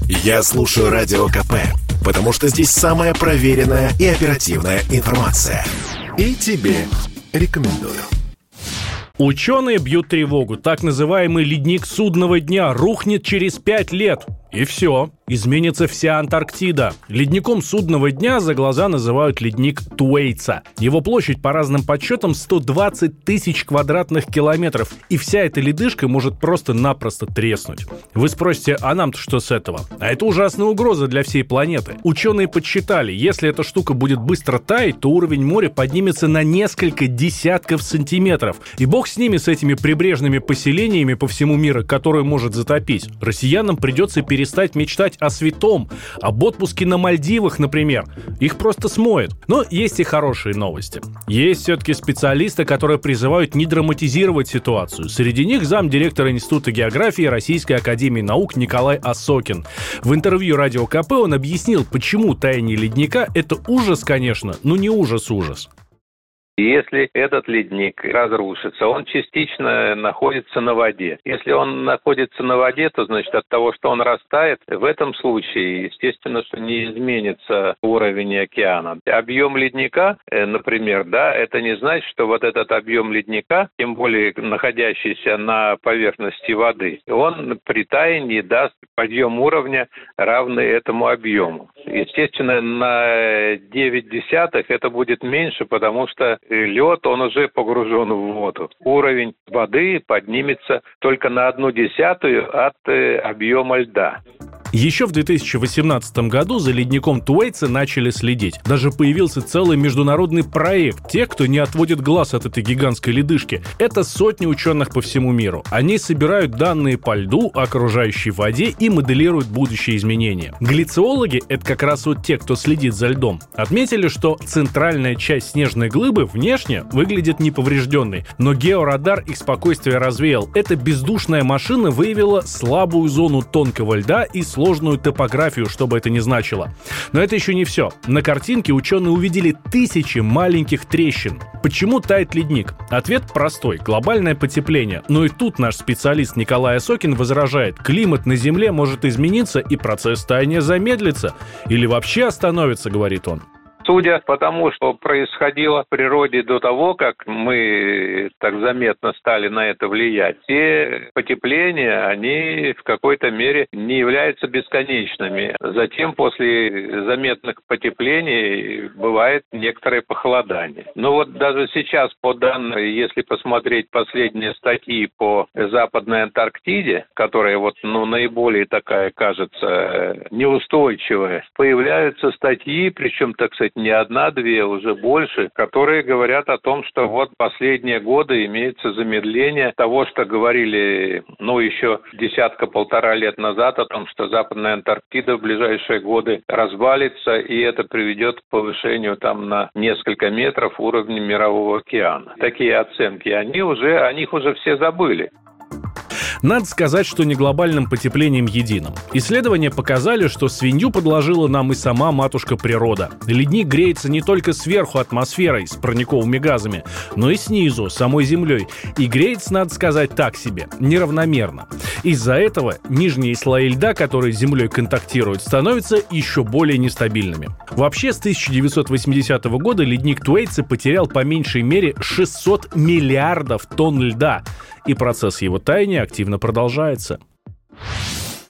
Я слушаю Радио КП, потому что здесь самая проверенная и оперативная информация. И тебе рекомендую. Ученые бьют тревогу. Так называемый ледник Судного дня рухнет через 5 лет. И все. Изменится вся Антарктида. Ледником Судного дня за глаза называют ледник Туэйтса. Его площадь по разным подсчетам 120 тысяч квадратных километров. И вся эта ледышка может просто-напросто треснуть. Вы спросите, а нам-то что с этого? А это ужасная угроза для всей планеты. Ученые подсчитали, если эта штука будет быстро таять, то уровень моря поднимется на несколько десятков сантиметров. И бог с ними, с этими прибрежными поселениями по всему миру, которые может затопить. Россиянам придется перестать мечтать о святом, об отпуске на Мальдивах, например. Их просто смоет. Но есть и хорошие новости. Есть все-таки специалисты, которые призывают не драматизировать ситуацию. Среди них замдиректора Института географии Российской академии наук Николай Осокин. В интервью Радио КП он объяснил, почему таяние ледника – это ужас, конечно, но не ужас-ужас. Если этот ледник разрушится, он частично находится на воде. Если он находится на воде, то, значит, от того, что он растает, в этом случае, естественно, что не изменится уровень океана. Объем ледника, например, да, это не значит, что вот этот объем ледника, тем более находящийся на поверхности воды, он при таянии даст подъем уровня, равный этому объему. Естественно, на 0,9 это будет меньше, потому что лед, он уже погружен в воду. Уровень воды поднимется только на 0,1 от объема льда. Еще в 2018 году за ледником Туэйтса начали следить. Даже появился целый международный проект. Те, кто не отводит глаз от этой гигантской ледышки. Это сотни ученых по всему миру. Они собирают данные по льду, окружающей воде и моделируют будущие изменения. Глициологи, это как раз вот те, кто следит за льдом, отметили, что центральная часть снежной глыбы внешне выглядит неповрежденной. Но георадар их спокойствие развеял. Эта бездушная машина выявила слабую зону тонкого льда и сложную топографию, что бы это ни значило. Но это еще не все. На картинке ученые увидели тысячи маленьких трещин. Почему тает ледник? Ответ простой – глобальное потепление. Но и тут наш специалист Николай Осокин возражает: климат на Земле может измениться и процесс таяния замедлится. Или вообще остановится, говорит он. Судя по тому, что происходило в природе до того, как мы так заметно стали на это влиять, все потепления, они в какой-то мере не являются бесконечными. Затем, после заметных потеплений, бывает некоторое похолодание. Но вот даже сейчас, по данным, если посмотреть последние статьи по Западной Антарктиде, которая вот, наиболее такая, кажется, неустойчивая, появляются статьи, причем, так сказать, не одна-две, уже больше, которые говорят о том, что вот последние годы имеется замедление того, что говорили, еще десятка-полтора лет назад, о том, что Западная Антарктида в ближайшие годы развалится, и это приведет к повышению там на несколько метров уровня Мирового океана. Такие оценки, о них уже все забыли. Надо сказать, что не глобальным потеплением единым. Исследования показали, что свинью подложила нам и сама матушка природа. Ледник греется не только сверху атмосферой с парниковыми газами, но и снизу, самой землей. И греется, надо сказать, так себе, неравномерно. Из-за этого нижние слои льда, которые с землей контактируют, становятся еще более нестабильными. Вообще, с 1980 года ледник Туэйтса потерял по меньшей мере 600 миллиардов тонн льда. И процесс его таяния активно продолжается.